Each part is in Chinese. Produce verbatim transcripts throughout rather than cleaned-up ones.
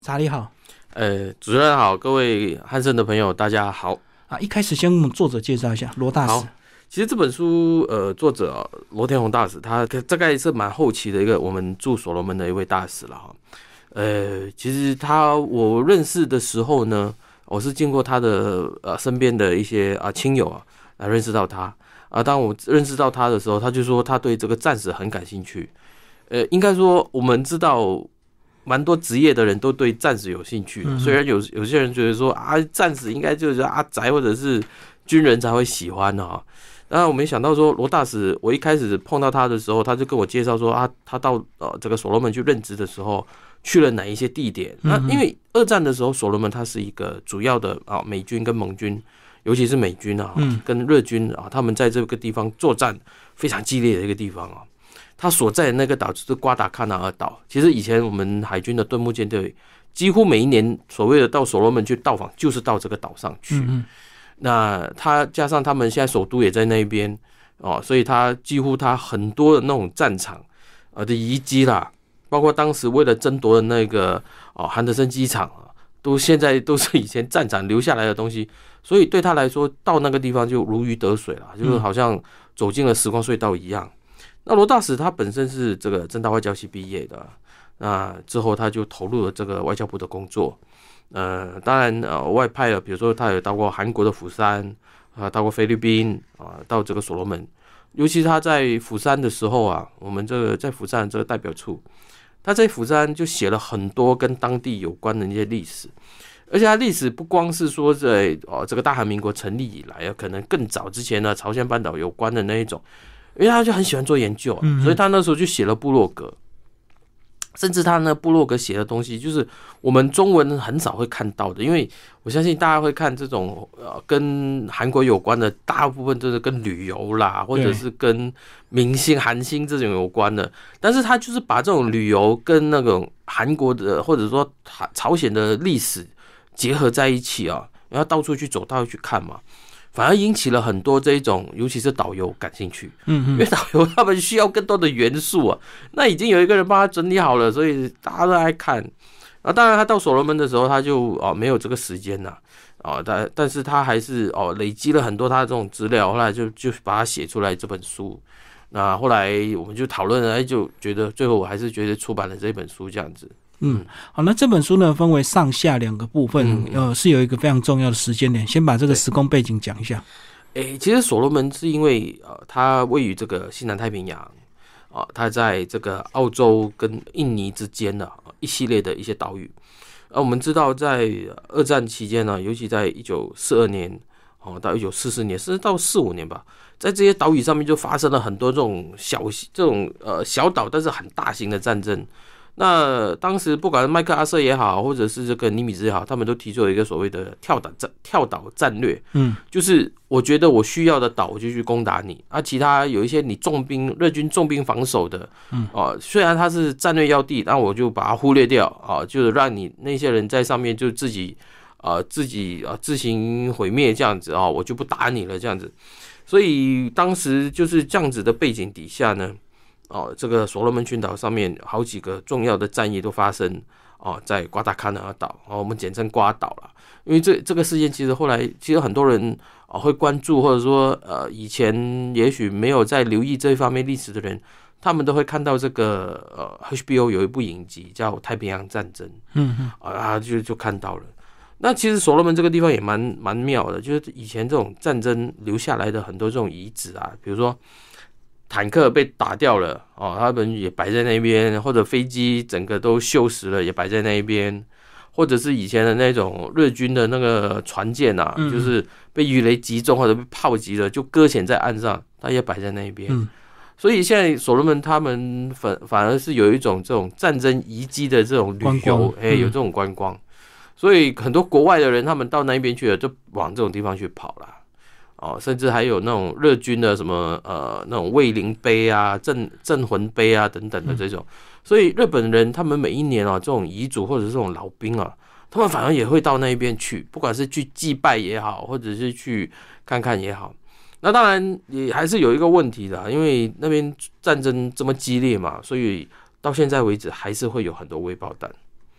查理好。 呃，主持人好，各位汉声的朋友，大家好啊！一开始先我们作者介绍一下罗大使。 其实这本书，呃，作者罗天宏大使，他大概是蛮后期的一个我们驻所罗门的一位大使了哈。呃，其实他我认识的时候呢，我是经过他的呃身边的一些啊亲友啊来认识到他啊。当我认识到他的时候，他就说他对这个战史很感兴趣。呃，应该说我们知道。蛮多职业的人都对战史有兴趣的，嗯、虽然有有些人觉得说啊，战史应该就是阿宅或者是军人才会喜欢的、啊、哈。然后我没想到说罗大使，我一开始碰到他的时候，他就跟我介绍说啊，他到呃这个所罗门去任职的时候，去了哪一些地点。那因为二战的时候，所罗门它是一个主要的啊美军跟盟军，尤其是美军啊跟日军啊，他们在这个地方作战非常激烈的一个地方啊。他所在的那个岛就是瓜达卡纳尔岛。其实以前我们海军的盾木舰队几乎每一年所谓的到所罗门去到访，就是到这个岛上去。嗯嗯那他加上他们现在首都也在那边哦，所以他几乎他很多的那种战场呃的遗迹啦，包括当时为了争夺的那个哦韩德森机场啊，都现在都是以前战场留下来的东西，所以对他来说到那个地方就如鱼得水了，就是好像走进了时光隧道一样。那罗大使他本身是这个政大外交系毕业的，那之后他就投入了这个外交部的工作。呃，当然呃外派了，比如说他有到过韩国的釜山啊，到过菲律宾啊，到这个所罗门。尤其他在釜山的时候啊，我们这个在釜山这个代表处，他在釜山就写了很多跟当地有关的一些历史。而且他历史不光是说在哦这个大韩民国成立以来，可能更早之前呢，朝鲜半岛有关的那一种。因为他就很喜欢做研究、啊，所以他那时候就写了部落格，甚至他那部落格写的东西，就是我们中文很少会看到的。因为我相信大家会看这种呃跟韩国有关的，大部分都是跟旅游啦，或者是跟明星、韩星这种有关的。但是他就是把这种旅游跟那种韩国的或者说朝鲜的历史结合在一起啊，然后到处去走，到处去看嘛。反而引起了很多这一种，尤其是导游感兴趣，嗯，因为导游他们需要更多的元素啊。那已经有一个人帮他整理好了，所以大家都爱看。啊，当然他到所罗门的时候，他就哦没有这个时间呐，啊，但但是他还是哦累积了很多他的这种资料，后来就就把它写出来这本书。那后来我们就讨论了，就觉得最后我还是觉得出版了这本书这样子。 嗯，好，那这本书呢分为上下两个部分，嗯、呃，是有一个非常重要的时间点，先把这个时空背景讲一下。 诶，其实所罗门是因为呃，它位于这个西南太平洋啊、呃，它在这个澳洲跟印尼之间的、呃、一系列的一些岛屿。而、呃、我们知道，在二战期间呢，尤其在一九四二年哦、呃、到一九四四年，甚至到四五年吧，在这些岛屿上面就发生了很多这种小这种呃小岛，但是很大型的战争。那当时不管麦克阿瑟也好，或者是这个尼米兹也好，他们都提出了一个所谓的跳岛战跳岛战略，嗯，就是我觉得我需要的岛我就去攻打你，啊，其他有一些你重兵日军重兵防守的，嗯，哦、呃，虽然它是战略要地，那我就把它忽略掉啊、呃，就是让你那些人在上面就自己啊、呃、自己啊、呃、自行毁灭这样子啊、哦，我就不打你了这样子，所以当时就是这样子的背景底下呢。哦，这个所罗门群岛上面好几个重要的战役都发生哦，在瓜达卡纳尔岛，哦，我们简称瓜岛啦。因为这这个事件其实后来其实很多人啊、哦、会关注，或者说呃以前也许没有在留意这一方面历史的人，他们都会看到这个呃 H B O 有一部影集叫《太平洋战争》，嗯嗯啊就就看到了。那其实所罗门这个地方也蛮蛮妙的，就是以前这种战争留下来的很多这种遗址啊，比如说。坦克被打掉了哦，他们也摆在那边，或者飞机整个都锈蚀了，也摆在那边，或者是以前的那种日军的那个船舰啊，嗯、就是被鱼雷击中或者被炮击了，就搁浅在岸上，它也摆在那边。嗯、所以现在所罗门他们反反而是有一种这种战争遗迹的这种旅游，哎、欸，有这种观光，所以很多国外的人他们到那边去了，就往这种地方去跑了。哦，甚至还有那种日军的什么呃那种卫灵碑啊、镇镇魂碑啊等等的这种，所以日本人他们每一年啊这种遗族或者是这种老兵啊，他们反而也会到那边去，不管是去祭拜也好，或者是去看看也好。那当然也还是有一个问题的，因为那边战争这么激烈嘛，所以到现在为止还是会有很多未爆弹。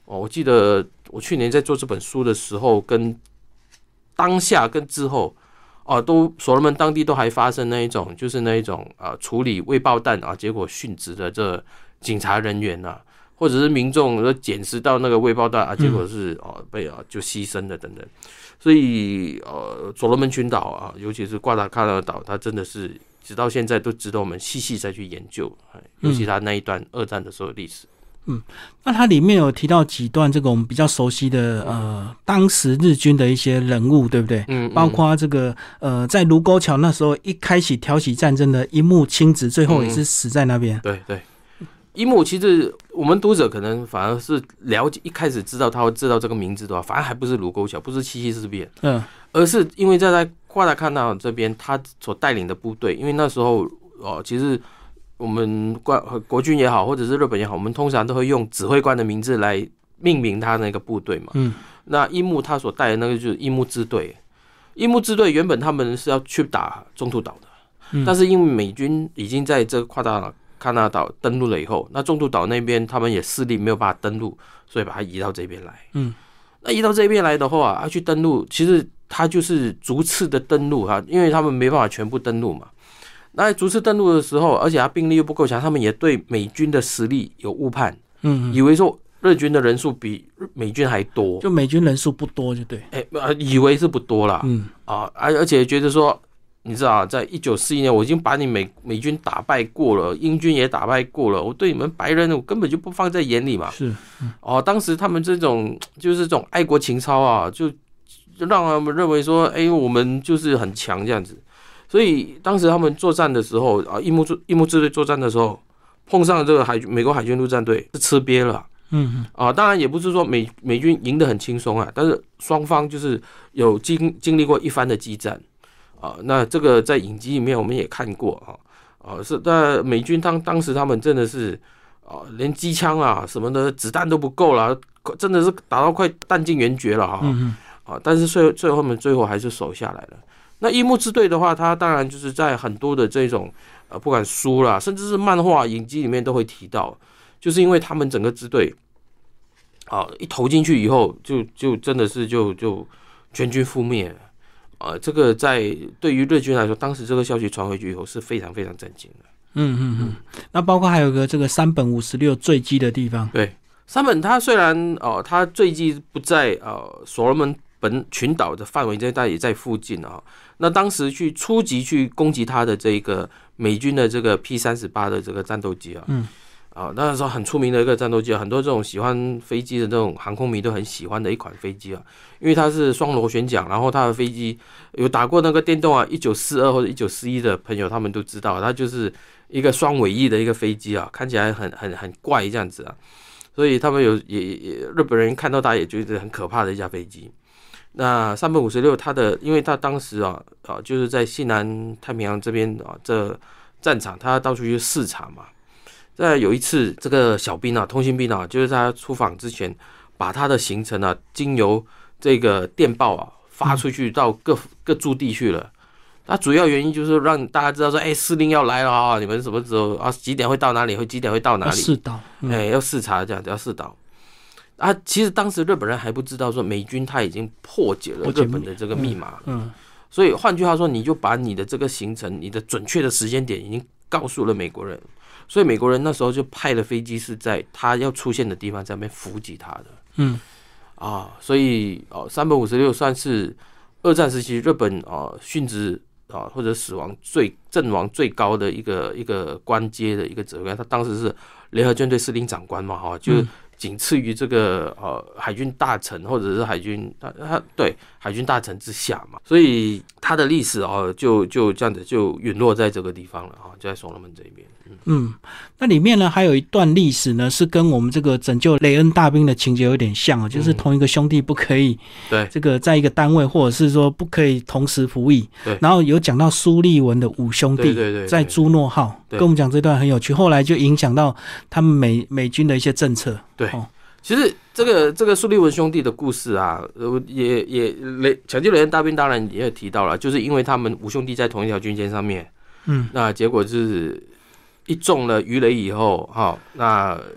哦，我记得我去年在做这本书的时候，跟当下跟之后，哦，都所罗门当地都还发生那一种，就是那一种啊、呃，处理未爆弹啊，结果殉职的这警察人员啊，或者是民众说捡拾到那个未爆弹啊，结果是哦被啊就牺牲了等等。所以呃，所罗门群岛啊，尤其是瓜达卡纳岛，它真的是直到现在都值得我们细细再去研究，尤其它那一段二战的时候的历史。 嗯，那它里面有提到几段这个我们比较熟悉的呃，当时日军的一些人物，对不对？嗯，嗯包括这个呃，在卢沟桥那时候一开始挑起战争的樱木清子，最后也是死在那边。 嗯、对对，樱木其实我们读者可能反而是了解，一开始知道他会知道这个名字的话，反而还不是卢沟桥，不是七七事变，嗯，而是因为在在瓜达卡纳这边他所带领的部队，因为那时候哦，其实。我们国国军也好，或者是日本也好，我们通常都会用指挥官的名字来命名他那个部队嘛。嗯，那樱木他所带的那个就是樱木支队。樱木支队原本他们是要去打中途岛的，嗯、但是因为美军已经在这个瓜达卡纳岛登陆了以后，那中途岛那边他们也势力没有办法登陆，所以把它移到这边来。嗯，那移到这边来的话，他去登陆，其实他就是逐次的登陆哈，因为他们没办法全部登陆嘛。那逐次登陆的时候，而且他兵力又不够强，他们也对美军的实力有误判，嗯，以为说日军的人数比美军还多， 就美军人数不多就对， 哎、欸，以为是不多啦，嗯啊，而且觉得说，你知道，在一九四一年，我已经把你美美军打败过了，英军也打败过了，我对你们白人，我根本就不放在眼里嘛， 是， 嗯、哦，当时他们这种就是这种爱国情操啊，就就让他们认为说，哎、欸，我们就是很强这样子。所以当时他们作战的时候啊，樱木樱木支队作战的时候，碰上这个海美国海军陆战队是吃瘪了，嗯啊，当然也不是说美美军赢得很轻松啊，但是双方就是有经经历过一番的激战啊。那这个在影集里面我们也看过啊啊，是但美军当当时他们真的是啊，连机枪啊什么的子弹都不够了，真的是打到快弹尽援绝了哈啊，但是最最后他们最后还是守下来了。那樱木支队的话，它当然就是在很多的这种呃，不管书啦，甚至是漫画、影集里面都会提到，就是因为他们整个支队啊，一投进去以后，就就真的是就就全军覆灭了啊！这个在对于日军来说，当时这个消息传回去以后是非常非常震惊的。 嗯嗯嗯。那包括还有一个这个山本五十六坠机的地方， 对，山本它虽然哦，它坠机不在呃所罗门本群岛的范围内，但也在附近啊。那当时去初级去攻击他的这个美军的这个 P 三十八 的这个战斗机啊，嗯，啊，那时候很出名的一个战斗机啊，很多这种喜欢飞机的这种航空迷都很喜欢的一款飞机啊，因为它是双螺旋桨，然后它的飞机有打过那个电动啊，一九四二或者一九四一的朋友他们都知道，它就是一个双尾翼的一个飞机啊，看起来很很很怪这样子啊，所以他们有也也日本人看到它也觉得很可怕的一架飞机。那山本五十六，它的，因为它当时啊啊，就是在西南太平洋这边啊，这战场，他到处去视察嘛。再有一次，这个小兵啊，通信兵啊，就是在他出访之前，把他的行程啊，经由这个电报啊发出去到各各驻地去了。那主要原因就是让大家知道说，哎、欸，司令要来了啊，你们什么时候啊，几点会到哪里，会几点会到哪里？ 视导，哎、 嗯欸，要视察这样子，要视导。啊，其实当时日本人还不知道说美军他已经破解了日本的这个密码了，嗯，嗯所以换句话说，你就把你的这个行程、你的准确的时间点已经告诉了美国人，所以美国人那时候就派了飞机是在他要出现的地方在那边伏击他的，嗯，啊，所以哦，山本五十六算是二战时期日本啊殉职啊或者死亡最阵亡最高的一个一个官阶的一个指挥官，他当时是联合舰队司令长官嘛，哈，就是。仅次于这个呃海军大臣或者是海军他他对海军大臣之下嘛，所以他的历史哦就就这样子就陨落在这个地方了啊，就在所罗门这一边。嗯, 嗯，那里面呢还有一段历史呢，是跟我们这个拯救雷恩大兵的情节有点像哦，就是同一个兄弟不可以对这个在一个单位，或者是说不可以同时服役。对，然后有讲到苏利文的五兄弟在朱诺号，跟我们讲这段很有趣，后来就影响到他们美美军的一些政策。 对。哦其实这个这个苏利文兄弟的故事啊，也也雷抢救雷恩大兵当然也有提到了，就是因为他们五兄弟在同一条军舰上面，嗯，那结果就是一中了鱼雷以后，哈，那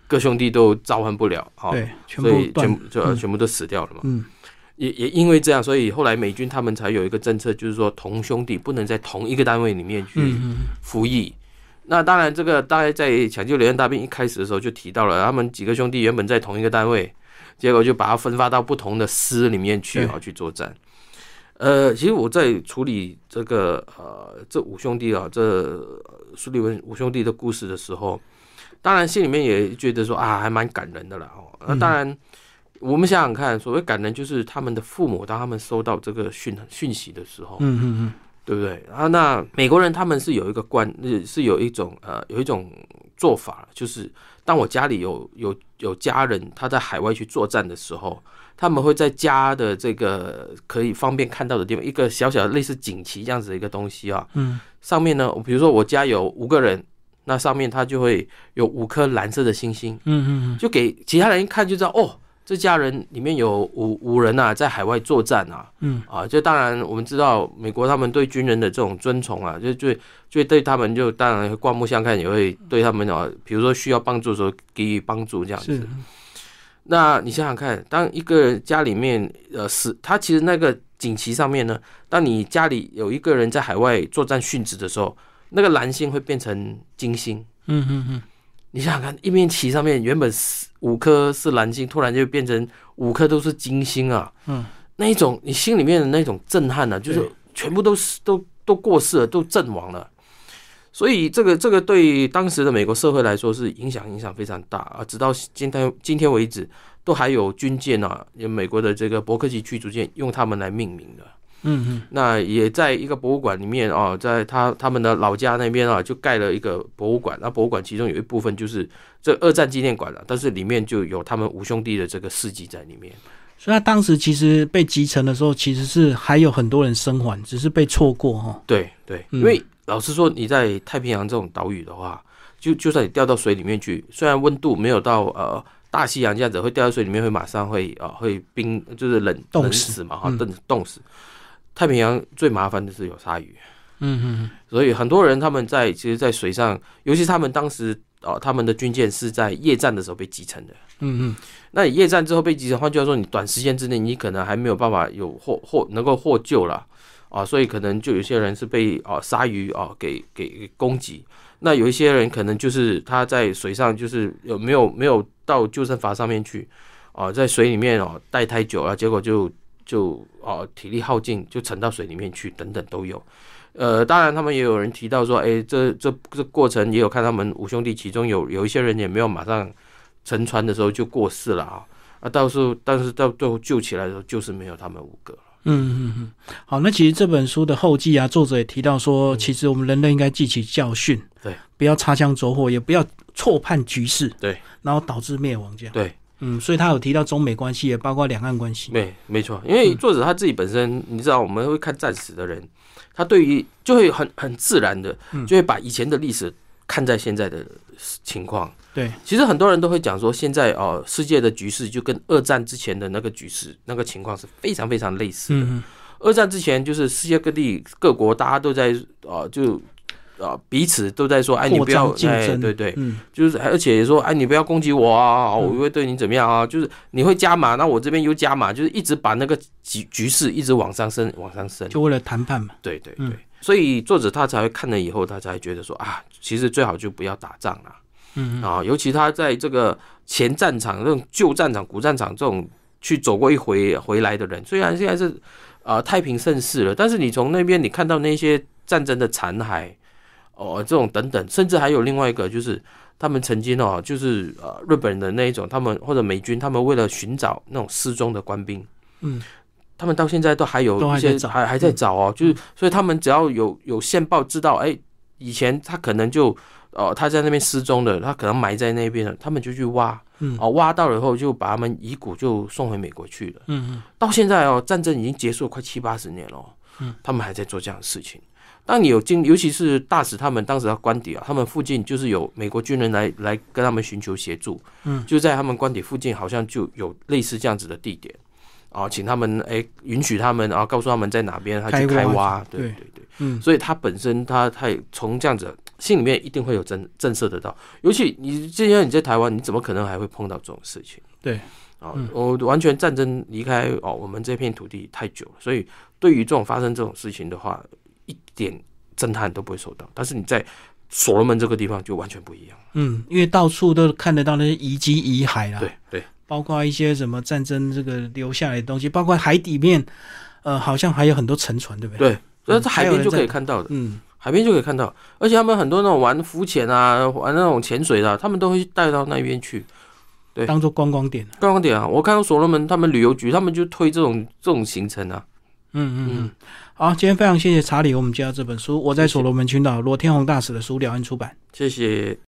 各兄弟都召唤不了，哈， 对，全部所以全就、 嗯、 全部都死掉了嘛。 嗯， 也也因为这样，所以后来美军他们才有一个政策，就是说同兄弟不能在同一个单位里面去服役。嗯嗯，那当然，这个大概在抢救雷恩大兵一开始的时候就提到了，他们几个兄弟原本在同一个单位，结果就把它分发到不同的师里面去啊去作战。呃，其实我在处理这个呃这五兄弟啊，这苏利文五兄弟的故事的时候，当然心里面也觉得说啊，还蛮感人的啦。哦，那当然，我们想想看，所谓感人，就是他们的父母当他们收到这个讯讯息的时候， 嗯嗯嗯， 对不对？啊，那美国人他们是有一个惯，是有一种呃有一种做法，就是当我家里有有有家人他在海外去作战的时候，他们会在家的这个可以方便看到的地方，一个小小的类似锦旗这样子的一个东西啊，嗯，上面呢，比如说我家有五个人。那上面它就会有五颗蓝色的星星，嗯嗯嗯，就给其他人一看就知道，哦，这家人里面有五五人啊，在海外作战啊，嗯啊，就当然我们知道美国他们对军人的这种尊崇啊，就就就对他们就当然刮目相看，也会对他们啊，比如说需要帮助的时候给予帮助这样子。那你想想看，当一个家里面呃是他其实那个锦旗上面呢，当你家里有一个人在海外作战殉职的时候。那个蓝星会变成金星，嗯嗯嗯，你想想看，一面旗上面原本五颗是蓝星，突然就变成五颗都是金星啊，嗯，那一种你心里面的那种震撼啊，就是全部都是都都过世了，都阵亡了。所以这个这个对当时的美国社会来说是影响影响非常大啊，直到今天今天为止，都还有军舰啊，有美国的这个伯克级驱逐舰用他们来命名的。嗯嗯，那也在一个博物馆里面哦，在他他们的老家那边啊，就盖了一个博物馆。那博物馆其中有一部分就是这二战纪念馆了，但是里面就有他们五兄弟的这个事迹在里面。 所以他当时其实被击沉的时候，其实是还有很多人生还，只是被错过哈。 对对，因为老实说，你在太平洋这种岛屿的话，就就算你掉到水里面去，虽然温度没有到呃大西洋这样子，会掉到水里面会马上会啊、呃、会冰，就是冷冻死嘛哈，冻冻死。太平洋最麻烦的是有鲨鱼，嗯嗯，所以很多人他们在其实，在水上，尤其他们当时啊、呃，他们的军舰是在夜战的时候被击沉的，嗯嗯，那你夜战之后被击沉，换句话说，你短时间之内你可能还没有办法有获获能够获救了啊，所以可能就有些人是被啊鲨鱼啊给给给攻击，那有一些人可能就是他在水上就是有没有没有到救生筏上面去啊，在水里面哦待太久了，结果就。就哦体力耗尽，就沉到水里面去，等等都有。呃，当然他们也有人提到说，哎、欸，这这这过程也有看他们五兄弟，其中有有一些人也没有马上沉船的时候就过世了啊。啊，到时候但是到最后救起来的时候，就是没有他们五个了。 嗯嗯嗯，好，那其实这本书的后记啊，作者也提到说，其实我们人类应该记起教训，对，不要擦枪走火，也不要错判局势，对，然后导致灭亡这样。对。嗯，所以他有提到中美关系，也包括两岸关系。 对，没错，因为作者他自己本身，嗯、你知道，我们会看战史的人，他对于就会很很自然的，就会把以前的历史看在现在的情况。对，其实很多人都会讲说，现在哦，世界的局势就跟二战之前的那个局势、那个情况是非常非常类似的。嗯、二战之前就是世界各地各国大家都在啊、呃、就。啊，彼此都在说，哎，你不要，哎，对对，嗯，就是，而且也说，哎，你不要攻击我啊，我会对你怎么样啊？就是你会加码，那我这边又加码，就是一直把那个局局势一直往上升，往上升， 就为了谈判嘛。 对对对，嗯、所以作者他才会看了以后，他才觉得说啊，其实最好就不要打仗了，嗯啊，尤其他在这个前战场、这种旧战场、古战场这种去走过一回回来的人，虽然现在是啊太平盛世了，但是你从那边你看到那些战争的残骸。哦，这种等等，甚至还有另外一个，就是他们曾经哦，就是呃日本人的那一种，他们或者美军，他们为了寻找那种失踪的官兵，嗯，他们到现在都还有一些还还在找哦，就是所以他们只要有有线报知道，哎，以前他可能就哦他在那边失踪的，他可能埋在那边了，他们就去挖，嗯，哦挖到了以后就把他们遗骨就送回美国去了，嗯嗯，到现在哦战争已经结束了快七八十年了，嗯，他们还在做这样的事情。当你有经，尤其是大使他们当时要官邸啊，他们附近就是有美国军人来来跟他们寻求协助，嗯，就在他们官邸附近，好像就有类似这样子的地点，啊，请他们哎、欸、允许他们，然后告诉他们在哪边，他去开挖，对对对，嗯，所以他本身他他从这样子心里面一定会有震震慑得到。尤其你今天你在台湾，你怎么可能还会碰到这种事情？ 对， 啊、嗯，我完全战争离开哦我们这片土地太久了，所以对于这种发生这种事情的话，一点震撼都不会受到。但是你在所罗门这个地方就完全不一样。 嗯，因为到处都看得到那些遗迹遗骸啦， 对对， 包括一些什么战争这个留下来的东西，包括海底面，呃，好像还有很多沉船，对不对？ 对，这是海边就可以看到的。嗯，海边就可以看到，而且他们很多那种玩浮潜啊、玩那种潜水的、啊，他们都会带到那边去。对， 当做观光点、啊。 观光点啊，我看到所罗门他们旅游局，他们就推这种这种行程啊。 嗯嗯嗯。好，今天非常谢谢查理，我们介绍这本书《我在所罗门群岛》罗天宏大使的书，辽安出版。 谢谢。